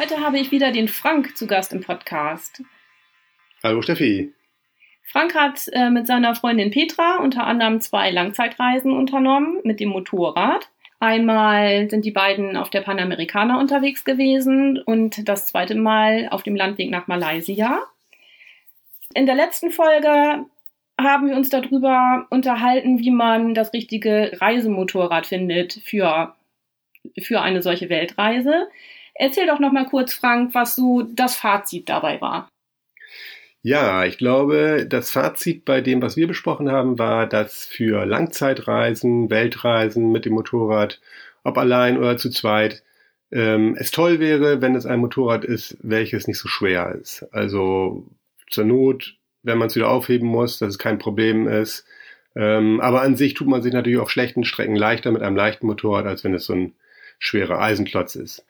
Heute habe ich wieder den Frank zu Gast im Podcast. Hallo Steffi. Frank hat mit seiner Freundin Petra unter anderem 2 Langzeitreisen unternommen mit dem Motorrad. Einmal sind die beiden auf der Panamericana unterwegs gewesen und das zweite Mal auf dem Landweg nach Malaysia. In der letzten Folge haben wir uns darüber unterhalten, wie man das richtige Reisemotorrad findet für eine solche Weltreise. Erzähl doch noch mal kurz, Frank, was so das Fazit dabei war. Ja, ich glaube, das Fazit bei dem, was wir besprochen haben, war, dass für Langzeitreisen, Weltreisen mit dem Motorrad, ob allein oder zu zweit, es toll wäre, wenn es ein Motorrad ist, welches nicht so schwer ist. Also zur Not, wenn man es wieder aufheben muss, dass es kein Problem ist. Aber an sich tut man sich natürlich auf schlechten Strecken leichter mit einem leichten Motorrad, als wenn es so ein schwerer Eisenklotz ist.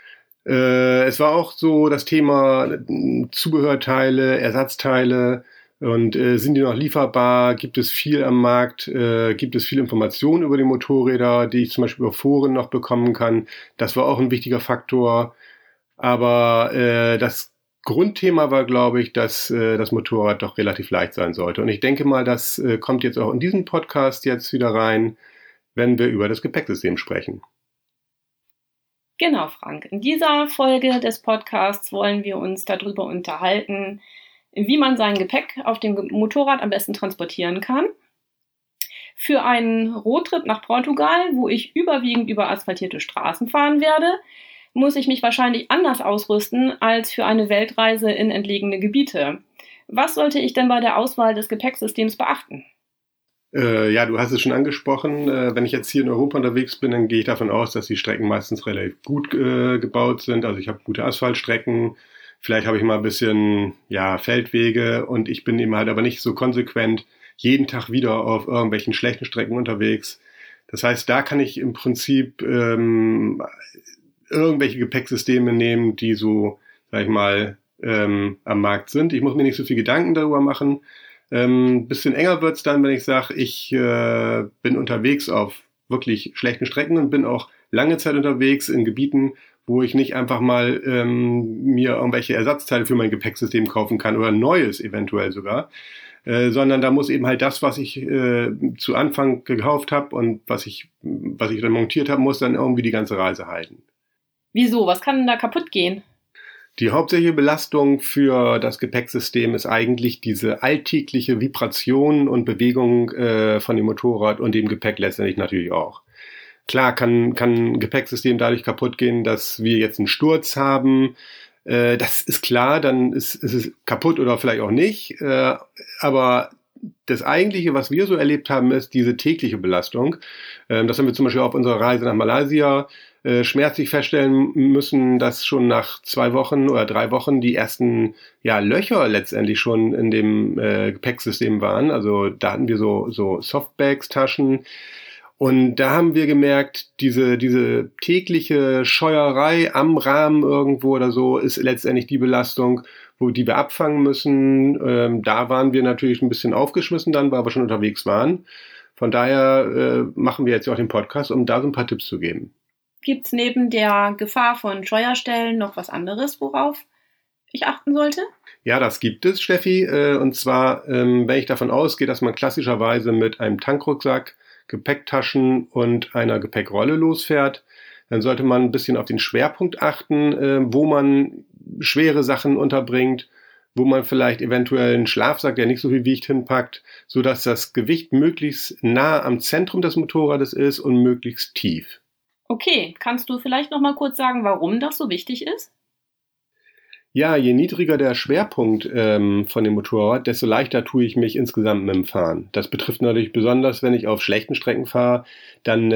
Es war auch so das Thema Zubehörteile, Ersatzteile und sind die noch lieferbar? Gibt es viel am Markt? Gibt es viel Informationen über die Motorräder, die ich zum Beispiel über Foren noch bekommen kann? Das war auch ein wichtiger Faktor. Aber das Grundthema war, glaube ich, dass das Motorrad doch relativ leicht sein sollte. Und ich denke mal, das kommt jetzt auch in diesen Podcast jetzt wieder rein, wenn wir über das Gepäcksystem sprechen. Genau, Frank. In dieser Folge des Podcasts wollen wir uns darüber unterhalten, wie man sein Gepäck auf dem Motorrad am besten transportieren kann. Für einen Roadtrip nach Portugal, wo ich überwiegend über asphaltierte Straßen fahren werde, muss ich mich wahrscheinlich anders ausrüsten als für eine Weltreise in entlegene Gebiete. Was sollte ich denn bei der Auswahl des Gepäcksystems beachten? Ja, du hast es schon angesprochen. Wenn ich jetzt hier in Europa unterwegs bin, dann gehe ich davon aus, dass die Strecken meistens relativ gut gebaut sind. Also ich habe gute Asphaltstrecken. Vielleicht habe ich mal ein bisschen Feldwege und ich bin eben halt aber nicht so konsequent jeden Tag wieder auf irgendwelchen schlechten Strecken unterwegs. Das heißt, da kann ich im Prinzip irgendwelche Gepäcksysteme nehmen, die so, sag ich mal, am Markt sind. Ich muss mir nicht so viel Gedanken darüber machen. Bisschen enger wird's dann, wenn ich sage, ich bin unterwegs auf wirklich schlechten Strecken und bin auch lange Zeit unterwegs in Gebieten, wo ich nicht einfach mal mir irgendwelche Ersatzteile für mein Gepäcksystem kaufen kann oder Neues eventuell sogar, sondern da muss eben halt das, was ich zu Anfang gekauft habe und was ich dann montiert habe, muss dann irgendwie die ganze Reise halten. Wieso? Was kann denn da kaputt gehen? Die hauptsächliche Belastung für das Gepäcksystem ist eigentlich diese alltägliche Vibration und Bewegung von dem Motorrad und dem Gepäck letztendlich natürlich auch. Klar kann ein Gepäcksystem dadurch kaputt gehen, dass wir jetzt einen Sturz haben. Das ist klar, dann ist es kaputt oder vielleicht auch nicht. Aber das Eigentliche, was wir so erlebt haben, ist diese tägliche Belastung. Das haben wir zum Beispiel auf unserer Reise nach Malaysia schmerzlich feststellen müssen, dass schon nach 2 Wochen oder 3 Wochen die ersten Löcher letztendlich schon in dem Gepäcksystem waren. Also da hatten wir so Softbags, Taschen. Und da haben wir gemerkt, diese tägliche Scheuerei am Rahmen irgendwo oder so ist letztendlich die Belastung, die wir abfangen müssen. Da waren wir natürlich ein bisschen aufgeschmissen dann, weil wir schon unterwegs waren. Von daher machen wir jetzt auch den Podcast, um da so ein paar Tipps zu geben. Gibt's neben der Gefahr von Scheuerstellen noch was anderes, worauf ich achten sollte? Ja, das gibt es, Steffi. Und zwar, wenn ich davon ausgehe, dass man klassischerweise mit einem Tankrucksack, Gepäcktaschen und einer Gepäckrolle losfährt, dann sollte man ein bisschen auf den Schwerpunkt achten, wo man schwere Sachen unterbringt, wo man vielleicht eventuell einen Schlafsack, der nicht so viel wiegt, hinpackt, sodass das Gewicht möglichst nah am Zentrum des Motorrades ist und möglichst tief. Okay, kannst du vielleicht noch mal kurz sagen, warum das so wichtig ist? Ja, je niedriger der Schwerpunkt von dem Motorrad, desto leichter tue ich mich insgesamt mit dem Fahren. Das betrifft natürlich besonders, wenn ich auf schlechten Strecken fahre, dann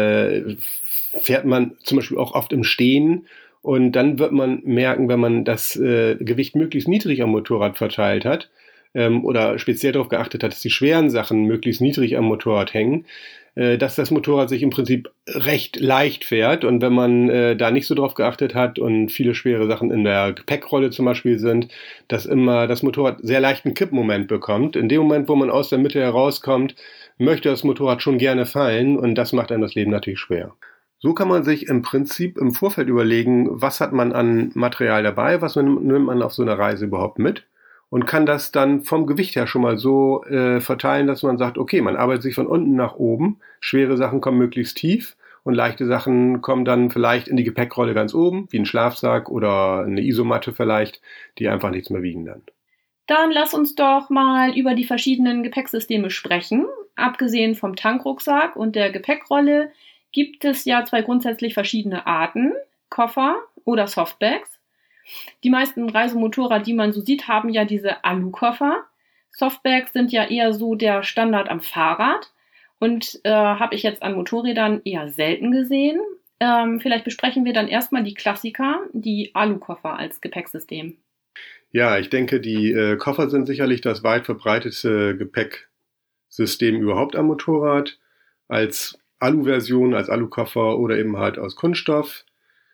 fährt man zum Beispiel auch oft im Stehen und dann wird man merken, wenn man das Gewicht möglichst niedrig am Motorrad verteilt hat oder speziell darauf geachtet hat, dass die schweren Sachen möglichst niedrig am Motorrad hängen, dass das Motorrad sich im Prinzip recht leicht fährt. Und wenn man da nicht so drauf geachtet hat und viele schwere Sachen in der Gepäckrolle zum Beispiel sind, dass immer das Motorrad sehr leichten Kippmoment bekommt. In dem Moment, wo man aus der Mitte herauskommt, möchte das Motorrad schon gerne fallen und das macht einem das Leben natürlich schwer. So kann man sich im Prinzip im Vorfeld überlegen, was hat man an Material dabei, was nimmt man auf so einer Reise überhaupt mit und kann das dann vom Gewicht her schon mal so verteilen, dass man sagt, okay, man arbeitet sich von unten nach oben, schwere Sachen kommen möglichst tief und leichte Sachen kommen dann vielleicht in die Gepäckrolle ganz oben, wie ein Schlafsack oder eine Isomatte vielleicht, die einfach nichts mehr wiegen dann. Dann lass uns doch mal über die verschiedenen Gepäcksysteme sprechen. Abgesehen vom Tankrucksack und der Gepäckrolle gibt es ja zwei grundsätzlich verschiedene Arten, Koffer oder Softbags. Die meisten Reisemotorräder, die man so sieht, haben ja diese Alukoffer. Softbags sind ja eher so der Standard am Fahrrad und habe ich jetzt an Motorrädern eher selten gesehen. Vielleicht besprechen wir dann erstmal die Klassiker, die Alukoffer als Gepäcksystem. Ja, ich denke, die Koffer sind sicherlich das weit verbreitete Gepäcksystem überhaupt am Motorrad. Als Alu-Version, als Alukoffer oder eben halt aus Kunststoff.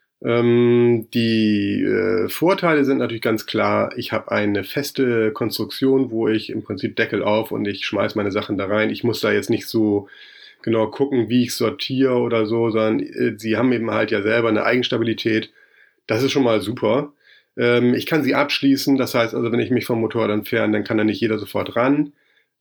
Die Vorteile sind natürlich ganz klar. Ich habe eine feste Konstruktion, wo ich im Prinzip Deckel auf und ich schmeiß meine Sachen da rein. Ich muss da jetzt nicht so genau gucken, wie ich sortiere oder so, sondern sie haben eben halt ja selber eine Eigenstabilität. Das ist schon mal super. Ich kann sie abschließen, das heißt also, wenn ich mich vom Motorrad entferne, dann kann da nicht jeder sofort ran.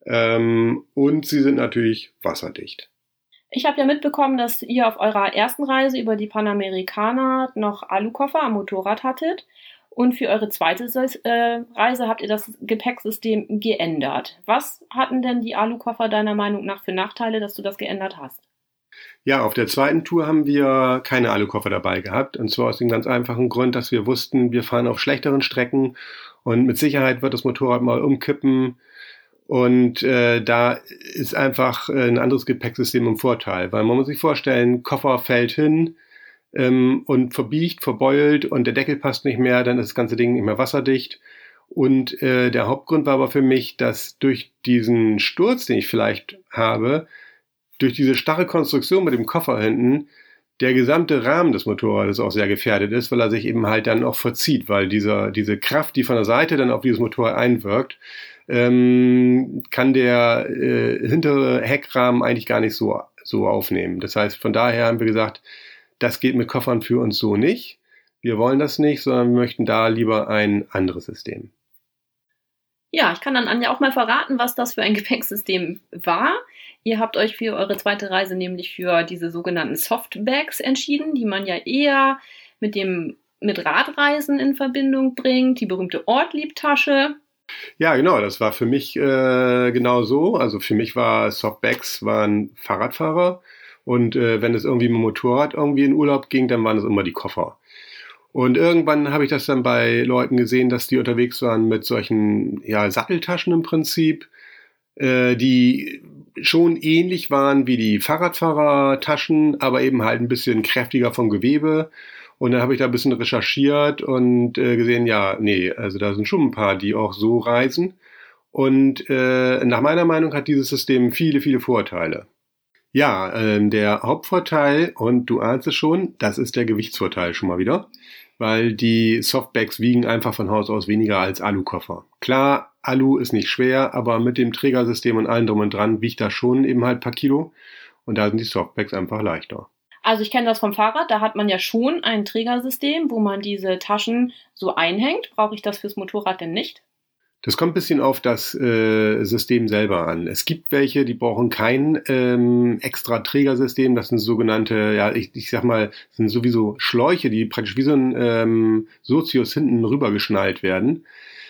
Und sie sind natürlich wasserdicht. Ich habe ja mitbekommen, dass ihr auf eurer ersten Reise über die Panamericana noch Alukoffer am Motorrad hattet. Und für eure zweite Reise habt ihr das Gepäcksystem geändert. Was hatten denn die Alukoffer deiner Meinung nach für Nachteile, dass du das geändert hast? Ja, auf der zweiten Tour haben wir keine Alukoffer dabei gehabt. Und zwar aus dem ganz einfachen Grund, dass wir wussten, wir fahren auf schlechteren Strecken und mit Sicherheit wird das Motorrad mal umkippen. Und da ist einfach ein anderes Gepäcksystem im Vorteil. Weil man muss sich vorstellen, Koffer fällt hin und verbiegt, verbeult und der Deckel passt nicht mehr, dann ist das ganze Ding nicht mehr wasserdicht. Und der Hauptgrund war aber für mich, dass durch diesen Sturz, den ich vielleicht habe, durch diese starre Konstruktion mit dem Koffer hinten, der gesamte Rahmen des Motorrades auch sehr gefährdet ist, weil er sich eben halt dann auch verzieht, weil diese Kraft, die von der Seite dann auf dieses Motorrad einwirkt, kann der hintere Heckrahmen eigentlich gar nicht so aufnehmen. Das heißt, von daher haben wir gesagt, das geht mit Koffern für uns so nicht. Wir wollen das nicht, sondern wir möchten da lieber ein anderes System. Ja, ich kann dann Anja auch mal verraten, was das für ein Gepäcksystem war. Ihr habt euch für eure zweite Reise nämlich für diese sogenannten Softbags entschieden, die man ja eher mit Radreisen in Verbindung bringt, die berühmte Ortlieb-Tasche. Ja, genau, das war für mich genau so. Also für mich Softbags waren Fahrradfahrer und wenn es irgendwie mit dem Motorrad irgendwie in Urlaub ging, dann waren es immer die Koffer. Und irgendwann habe ich das dann bei Leuten gesehen, dass die unterwegs waren mit solchen Satteltaschen im Prinzip, die schon ähnlich waren wie die Fahrradfahrertaschen, aber eben halt ein bisschen kräftiger vom Gewebe. Und dann habe ich da ein bisschen recherchiert und gesehen, also da sind schon ein paar, die auch so reisen. Und nach meiner Meinung hat dieses System viele, viele Vorteile. Ja, der Hauptvorteil, und du ahnst es schon, das ist der Gewichtsvorteil schon mal wieder, weil die Softbags wiegen einfach von Haus aus weniger als Alukoffer. Klar, Alu ist nicht schwer, aber mit dem Trägersystem und allem drum und dran wiegt das schon eben halt ein paar Kilo und da sind die Softbags einfach leichter. Also ich kenne das vom Fahrrad, da hat man ja schon ein Trägersystem, wo man diese Taschen so einhängt. Brauche ich das fürs Motorrad denn nicht? Das kommt ein bisschen auf das System selber an. Es gibt welche, die brauchen kein extra Trägersystem. Das sind sogenannte, ich sag mal, sind sowieso Schläuche, die praktisch wie so ein Sozius hinten rüber geschnallt werden.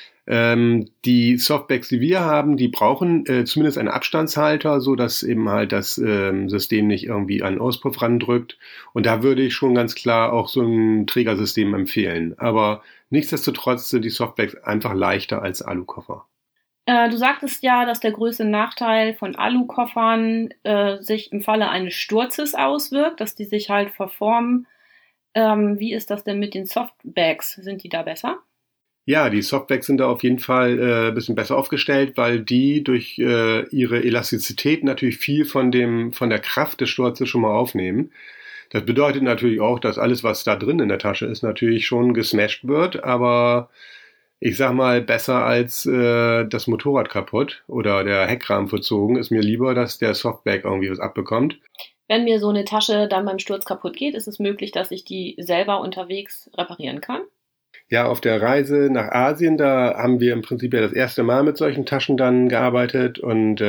Die Softbags, die wir haben, die brauchen zumindest einen Abstandshalter, so dass eben halt das System nicht irgendwie an Auspuff randrückt. Und da würde ich schon ganz klar auch so ein Trägersystem empfehlen. Aber nichtsdestotrotz sind die Softbags einfach leichter als Alukoffer. Du sagtest ja, dass der größte Nachteil von Alukoffern sich im Falle eines Sturzes auswirkt, dass die sich halt verformen. Wie ist das denn mit den Softbags? Sind die da besser? Ja, die Softbags sind da auf jeden Fall ein bisschen besser aufgestellt, weil die durch ihre Elastizität natürlich viel von der Kraft des Sturzes schon mal aufnehmen. Das bedeutet natürlich auch, dass alles, was da drin in der Tasche ist, natürlich schon gesmashed wird, aber ich sag mal, besser als das Motorrad kaputt oder der Heckrahmen verzogen, ist mir lieber, dass der Softbag irgendwie was abbekommt. Wenn mir so eine Tasche dann beim Sturz kaputt geht, ist es möglich, dass ich die selber unterwegs reparieren kann? Ja, auf der Reise nach Asien, da haben wir im Prinzip ja das erste Mal mit solchen Taschen dann gearbeitet und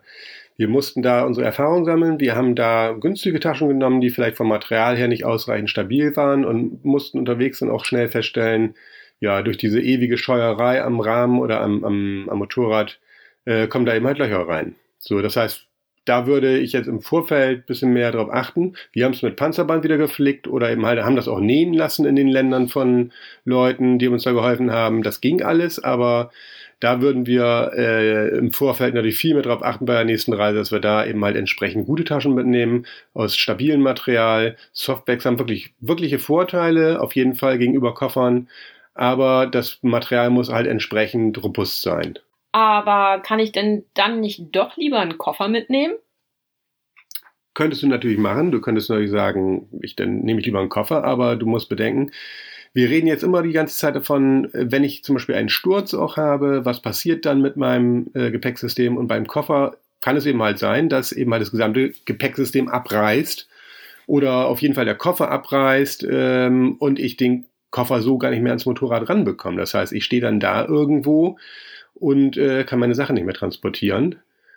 wir mussten da unsere Erfahrung sammeln. Wir haben da günstige Taschen genommen, die vielleicht vom Material her nicht ausreichend stabil waren und mussten unterwegs dann auch schnell feststellen, ja, durch diese ewige Scheuerei am Rahmen oder am Motorrad kommen da eben halt Löcher rein. So, das heißt, da würde ich jetzt im Vorfeld ein bisschen mehr drauf achten. Wir haben es mit Panzerband wieder geflickt oder eben halt haben das auch nähen lassen in den Ländern von Leuten, die uns da geholfen haben. Das ging alles, aber da würden wir im Vorfeld natürlich viel mehr drauf achten bei der nächsten Reise, dass wir da eben halt entsprechend gute Taschen mitnehmen, aus stabilem Material. Softbags haben wirklich wirkliche Vorteile, auf jeden Fall gegenüber Koffern, aber das Material muss halt entsprechend robust sein. Aber kann ich denn dann nicht doch lieber einen Koffer mitnehmen? Könntest du natürlich machen. Du könntest natürlich sagen, dann nehme ich lieber einen Koffer, aber du musst bedenken, wir reden jetzt immer die ganze Zeit davon, wenn ich zum Beispiel einen Sturz auch habe, was passiert dann mit meinem Gepäcksystem? Und beim Koffer kann es eben halt sein, dass eben halt das gesamte Gepäcksystem abreißt oder auf jeden Fall der Koffer abreißt und ich den Koffer so gar nicht mehr ans Motorrad ranbekomme. Das heißt, ich stehe dann da irgendwo und kann meine Sachen nicht mehr transportieren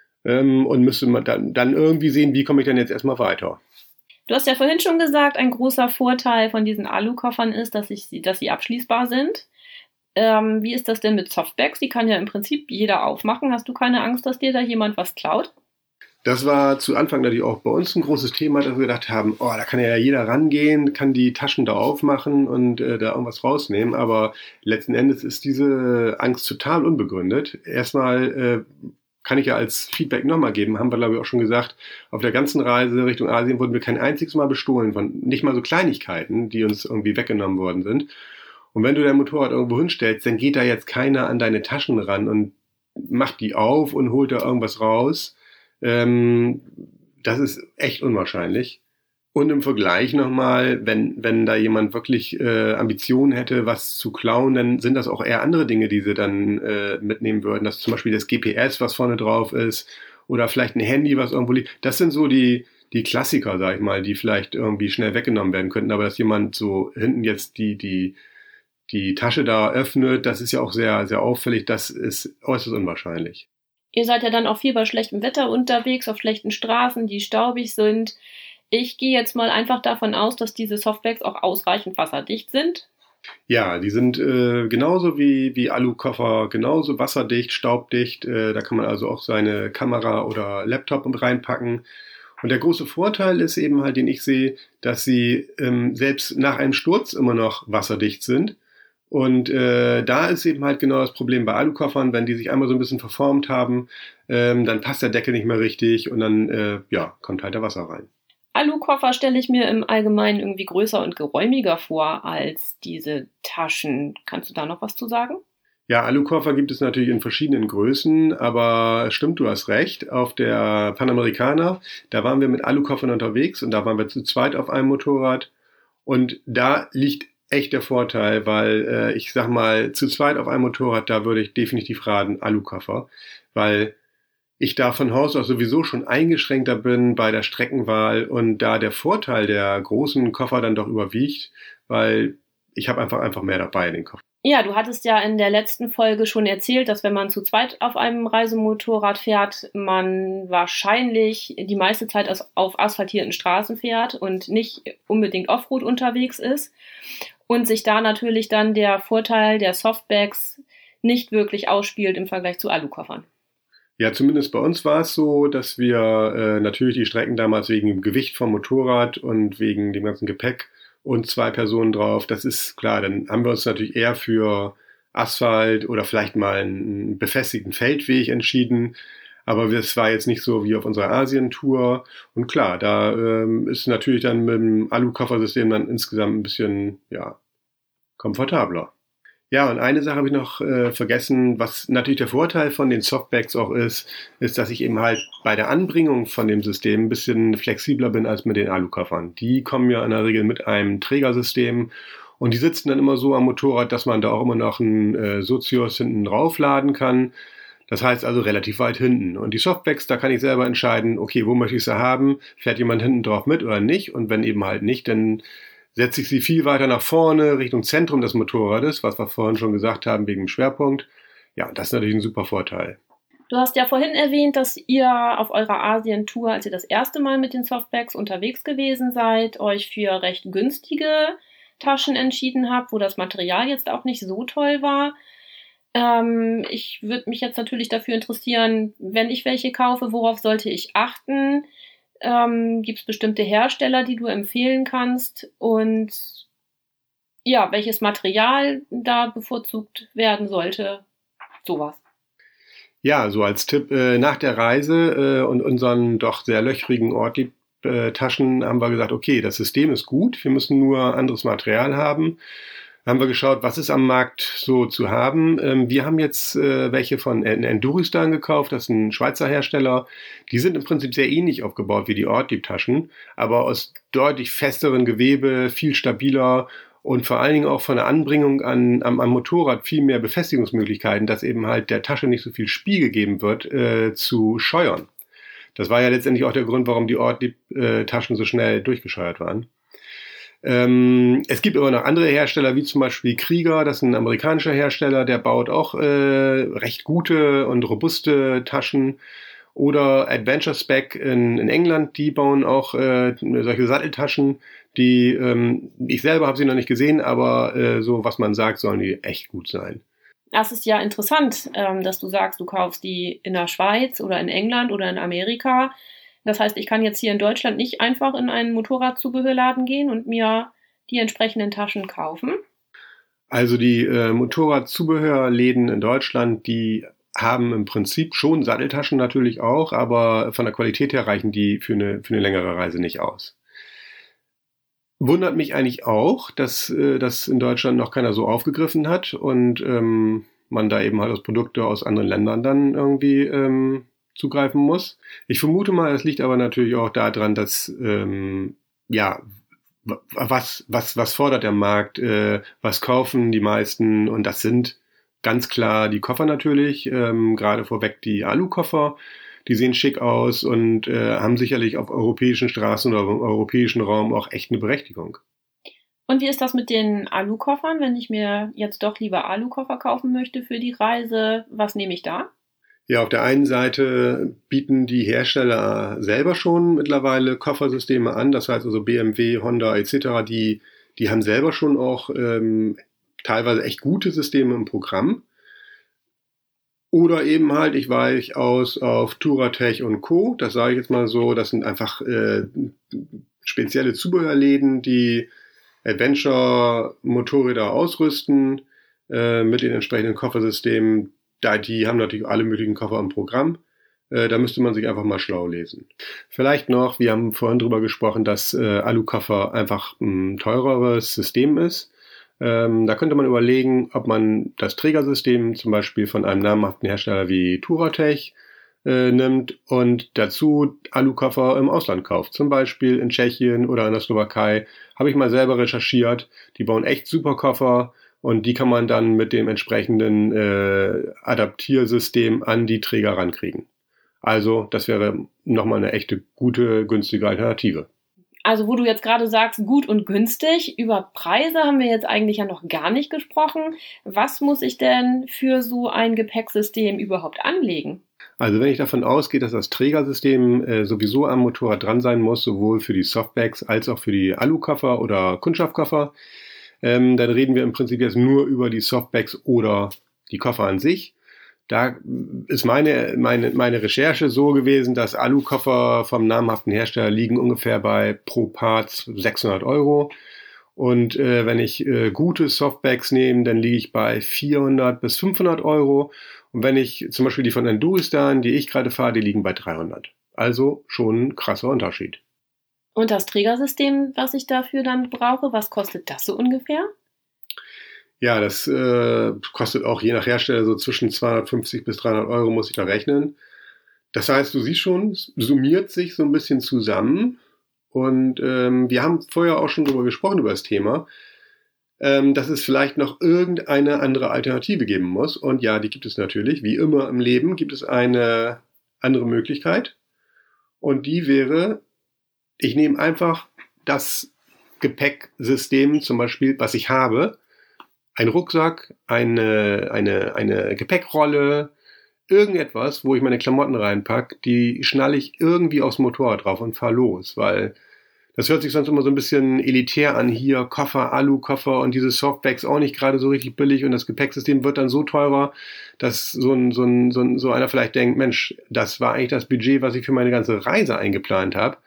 und müsste dann irgendwie sehen, wie komme ich denn jetzt erstmal weiter. Du hast ja vorhin schon gesagt, ein großer Vorteil von diesen Alukoffern ist, dass sie abschließbar sind. Wie ist das denn mit Softbags? Die kann ja im Prinzip jeder aufmachen. Hast du keine Angst, dass dir da jemand was klaut? Das war zu Anfang natürlich auch bei uns ein großes Thema, dass wir gedacht haben, da kann ja jeder rangehen, kann die Taschen da aufmachen und da irgendwas rausnehmen. Aber letzten Endes ist diese Angst total unbegründet. Erstmal kann ich ja als Feedback nochmal geben, haben wir glaube ich auch schon gesagt, auf der ganzen Reise Richtung Asien wurden wir kein einziges Mal bestohlen von nicht mal so Kleinigkeiten, die uns irgendwie weggenommen worden sind. Und wenn du dein Motorrad irgendwo hinstellst, dann geht da jetzt keiner an deine Taschen ran und macht die auf und holt da irgendwas raus. Das ist echt unwahrscheinlich. Und im Vergleich nochmal, wenn da jemand wirklich Ambitionen hätte, was zu klauen, dann sind das auch eher andere Dinge, die sie dann mitnehmen würden. Das ist zum Beispiel das GPS, was vorne drauf ist, oder vielleicht ein Handy, was irgendwo liegt. Das sind so die Klassiker, sag ich mal, die vielleicht irgendwie schnell weggenommen werden könnten. Aber dass jemand so hinten jetzt die Tasche da öffnet, das ist ja auch sehr, sehr auffällig. Das ist äußerst unwahrscheinlich. Ihr seid ja dann auch viel bei schlechtem Wetter unterwegs, auf schlechten Straßen, die staubig sind. Ich gehe jetzt mal einfach davon aus, dass diese Softbags auch ausreichend wasserdicht sind. Ja, die sind genauso wie Alukoffer, genauso wasserdicht, staubdicht. Da kann man also auch seine Kamera oder Laptop reinpacken. Und der große Vorteil ist eben halt, den ich sehe, dass sie selbst nach einem Sturz immer noch wasserdicht sind. Und da ist eben halt genau das Problem bei Alukoffern, wenn die sich einmal so ein bisschen verformt haben, dann passt der Deckel nicht mehr richtig und dann kommt halt da Wasser rein. Alukoffer stelle ich mir im Allgemeinen irgendwie größer und geräumiger vor als diese Taschen. Kannst du da noch was zu sagen? Ja, Alukoffer gibt es natürlich in verschiedenen Größen, aber stimmt, du hast recht. Auf der Panamericana, da waren wir mit Alukoffern unterwegs und da waren wir zu zweit auf einem Motorrad und da liegt echt der Vorteil, weil ich sag mal, zu zweit auf einem Motorrad, da würde ich definitiv raten, Alukoffer, weil ich da von Haus aus sowieso schon eingeschränkter bin bei der Streckenwahl und da der Vorteil der großen Koffer dann doch überwiegt, weil ich habe einfach mehr dabei in den Koffer. Ja, du hattest ja in der letzten Folge schon erzählt, dass wenn man zu zweit auf einem Reisemotorrad fährt, man wahrscheinlich die meiste Zeit auf asphaltierten Straßen fährt und nicht unbedingt Offroad unterwegs ist und sich da natürlich dann der Vorteil der Softbags nicht wirklich ausspielt im Vergleich zu Alukoffern. Ja, zumindest bei uns war es so, dass wir natürlich die Strecken damals wegen dem Gewicht vom Motorrad und wegen dem ganzen Gepäck und 2 Personen drauf, das ist klar, dann haben wir uns natürlich eher für Asphalt oder vielleicht mal einen befestigten Feldweg entschieden, aber das war jetzt nicht so wie auf unserer Asien-Tour und klar, da ist natürlich dann mit dem Alu-Koffersystem dann insgesamt ein bisschen, komfortabler. Ja, und eine Sache habe ich noch vergessen, was natürlich der Vorteil von den Softbags auch ist, dass ich eben halt bei der Anbringung von dem System ein bisschen flexibler bin als mit den Alukoffern. Die kommen ja in der Regel mit einem Trägersystem und die sitzen dann immer so am Motorrad, dass man da auch immer noch einen Sozius hinten draufladen kann. Das heißt also relativ weit hinten. Und die Softbacks, da kann ich selber entscheiden, okay, wo möchte ich sie haben? Fährt jemand hinten drauf mit oder nicht? Und wenn eben halt nicht, dann setze ich sie viel weiter nach vorne, Richtung Zentrum des Motorrades, was wir vorhin schon gesagt haben, wegen dem Schwerpunkt. Ja, das ist natürlich ein super Vorteil. Du hast ja vorhin erwähnt, dass ihr auf eurer Asien-Tour, als ihr das erste Mal mit den Softbacks unterwegs gewesen seid, euch für recht günstige Taschen entschieden habt, wo das Material jetzt auch nicht so toll war. Ich würde mich jetzt natürlich dafür interessieren, wenn ich welche kaufe, worauf sollte ich achten? Gibt es bestimmte Hersteller, die du empfehlen kannst? Und ja, welches Material da bevorzugt werden sollte? Sowas. Ja, so als Tipp, nach der Reise und unseren doch sehr löchrigen Ortlieb-Taschen haben wir gesagt, okay, das System ist gut, wir müssen nur anderes Material haben. Haben wir geschaut, was ist am Markt so zu haben. Wir haben jetzt welche von Enduristan gekauft, das ist ein Schweizer Hersteller. Die sind im Prinzip sehr ähnlich aufgebaut wie die Ortlieb-Taschen, aber aus deutlich festeren Gewebe, viel stabiler und vor allen Dingen auch von der Anbringung am Motorrad viel mehr Befestigungsmöglichkeiten, dass eben halt der Tasche nicht so viel Spiel gegeben wird, zu scheuern. Das war ja letztendlich auch der Grund, warum die Ortlieb-Taschen so schnell durchgescheuert waren. Es gibt aber noch andere Hersteller, wie zum Beispiel Krieger, das ist ein amerikanischer Hersteller, der baut auch recht gute und robuste Taschen. Oder Adventure Spec in England, die bauen auch solche Satteltaschen, die, ich selber habe sie noch nicht gesehen, aber so was man sagt, sollen die echt gut sein. Das ist ja interessant, dass du sagst, du kaufst die in der Schweiz oder in England oder in Amerika. Das heißt, ich kann jetzt hier in Deutschland nicht einfach in einen Motorradzubehörladen gehen und mir die entsprechenden Taschen kaufen. Also die Motorradzubehörläden in Deutschland, die haben im Prinzip schon Satteltaschen natürlich auch, aber von der Qualität her reichen die für eine längere Reise nicht aus. Wundert mich eigentlich auch, dass das in Deutschland noch keiner so aufgegriffen hat und man da eben halt aus Produkte aus anderen Ländern dann irgendwie zugreifen muss. Ich vermute mal, es liegt aber natürlich auch daran, dass was fordert der Markt, was kaufen die meisten, und das sind ganz klar die Koffer natürlich, gerade vorweg die Alukoffer, die sehen schick aus und haben sicherlich auf europäischen Straßen oder im europäischen Raum auch echt eine Berechtigung. Und wie ist das mit den Alukoffern, wenn ich mir jetzt doch lieber Alukoffer kaufen möchte für die Reise? Was nehme ich da? Ja, auf der einen Seite bieten die Hersteller selber schon mittlerweile Koffersysteme an. Das heißt also BMW, Honda etc., die haben selber schon auch teilweise echt gute Systeme im Programm. Oder eben halt, ich weiche aus auf Touratech und Co. Das sage ich jetzt mal so, das sind einfach spezielle Zubehörläden, die Adventure-Motorräder ausrüsten mit den entsprechenden Koffersystemen. Die haben natürlich alle möglichen Koffer im Programm. Da müsste man sich einfach mal schlau lesen. Vielleicht noch, wir haben vorhin drüber gesprochen, dass Alukoffer einfach ein teureres System ist. Da könnte man überlegen, ob man das Trägersystem zum Beispiel von einem namhaften Hersteller wie Touratech nimmt und dazu Alukoffer im Ausland kauft. Zum Beispiel in Tschechien oder in der Slowakei. Habe ich mal selber recherchiert. Die bauen echt super Koffer. Und die kann man dann mit dem entsprechenden Adaptiersystem an die Träger rankriegen. Also das wäre nochmal eine echte, gute, günstige Alternative. Also wo du jetzt gerade sagst, gut und günstig, über Preise haben wir jetzt eigentlich ja noch gar nicht gesprochen. Was muss ich denn für so ein Gepäcksystem überhaupt anlegen? Also wenn ich davon ausgehe, dass das Trägersystem sowieso am Motorrad dran sein muss, sowohl für die Softbacks als auch für die Alukoffer oder Kunstschaftskoffer, dann reden wir im Prinzip jetzt nur über die Softbacks oder die Koffer an sich. Da ist meine Recherche so gewesen, dass Alukoffer vom namhaften Hersteller liegen ungefähr bei pro Part 600 €. Und wenn ich gute Softbacks nehme, dann liege ich bei 400 bis 500 €. Und wenn ich zum Beispiel die von Enduristan, die ich gerade fahre, die liegen bei 300. Also schon ein krasser Unterschied. Und das Trägersystem, was ich dafür dann brauche, was kostet das so ungefähr? Ja, das kostet auch je nach Hersteller so zwischen 250 bis 300 € muss ich da rechnen. Das heißt, du siehst schon, es summiert sich so ein bisschen zusammen. Und wir haben vorher auch schon drüber gesprochen, über das Thema. dass es vielleicht noch irgendeine andere Alternative geben muss. Und ja, die gibt es natürlich. Wie immer im Leben gibt es eine andere Möglichkeit. Und die wäre, ich nehme einfach das Gepäcksystem zum Beispiel, was ich habe, ein Rucksack, eine Gepäckrolle, irgendetwas, wo ich meine Klamotten reinpacke, die schnalle ich irgendwie aufs Motorrad drauf und fahre los, weil das hört sich sonst immer so ein bisschen elitär an, hier Koffer, Alu-Koffer und diese Softbags auch nicht gerade so richtig billig und das Gepäcksystem wird dann so teurer, dass so einer vielleicht denkt, Mensch, das war eigentlich das Budget, was ich für meine ganze Reise eingeplant habe.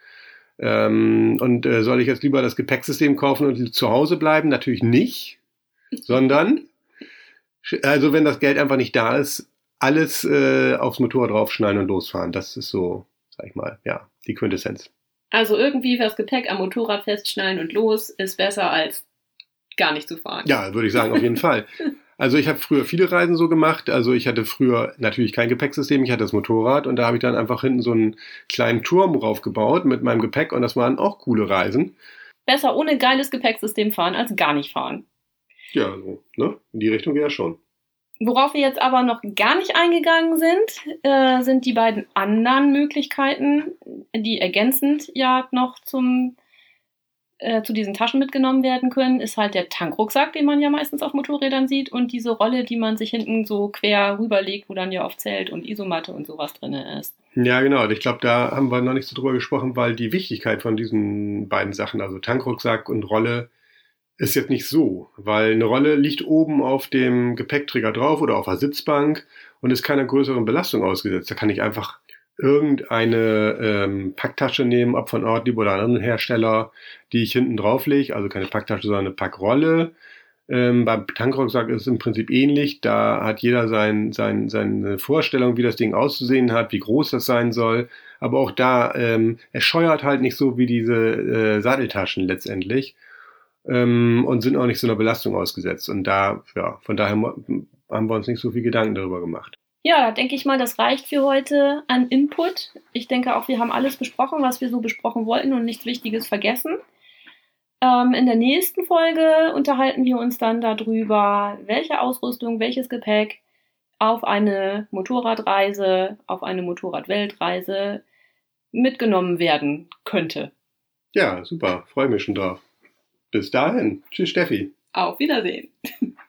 Soll ich jetzt lieber das Gepäcksystem kaufen und zu Hause bleiben? Natürlich nicht, sondern, also wenn das Geld einfach nicht da ist, alles aufs Motorrad draufschneiden und losfahren. Das ist so, sag ich mal, ja, die Quintessenz. Also irgendwie das Gepäck am Motorrad festschnallen und los ist besser als gar nicht zu fahren. Ja, würde ich sagen, auf jeden Fall. Also ich habe früher viele Reisen so gemacht. Also ich hatte früher natürlich kein Gepäcksystem, ich hatte das Motorrad und da habe ich dann einfach hinten so einen kleinen Turm raufgebaut mit meinem Gepäck und das waren auch coole Reisen. Besser ohne geiles Gepäcksystem fahren als gar nicht fahren. Ja, so, ne? In die Richtung ja schon. Worauf wir jetzt aber noch gar nicht eingegangen sind, sind die beiden anderen Möglichkeiten, die ergänzend ja noch zu diesen Taschen mitgenommen werden können, ist halt der Tankrucksack, den man ja meistens auf Motorrädern sieht und diese Rolle, die man sich hinten so quer rüberlegt, wo dann ja oft Zelt und Isomatte und sowas drin ist. Ja, genau. Ich glaube, da haben wir noch nicht so drüber gesprochen, weil die Wichtigkeit von diesen beiden Sachen, also Tankrucksack und Rolle, ist jetzt nicht so, weil eine Rolle liegt oben auf dem Gepäckträger drauf oder auf der Sitzbank und ist keiner größeren Belastung ausgesetzt. Da kann ich einfach irgendeine Packtasche nehmen, ob von Ortlieb oder einem anderen Hersteller, die ich hinten drauf lege, also keine Packtasche, sondern eine Packrolle. Beim Tankrucksack ist es im Prinzip ähnlich. Da hat jeder seine Vorstellung, wie das Ding auszusehen hat, wie groß das sein soll. Aber auch da, es scheuert halt nicht so wie diese Satteltaschen letztendlich. Und sind auch nicht so einer Belastung ausgesetzt. Und da, ja, von daher haben wir uns nicht so viel Gedanken darüber gemacht. Ja, da denke ich mal, das reicht für heute an Input. Ich denke auch, wir haben alles besprochen, was wir so besprochen wollten und nichts Wichtiges vergessen. In der nächsten Folge unterhalten wir uns dann darüber, welche Ausrüstung, welches Gepäck auf eine Motorradreise, auf eine Motorradweltreise mitgenommen werden könnte. Ja, super. Freue mich schon drauf. Bis dahin. Tschüss, Steffi. Auf Wiedersehen.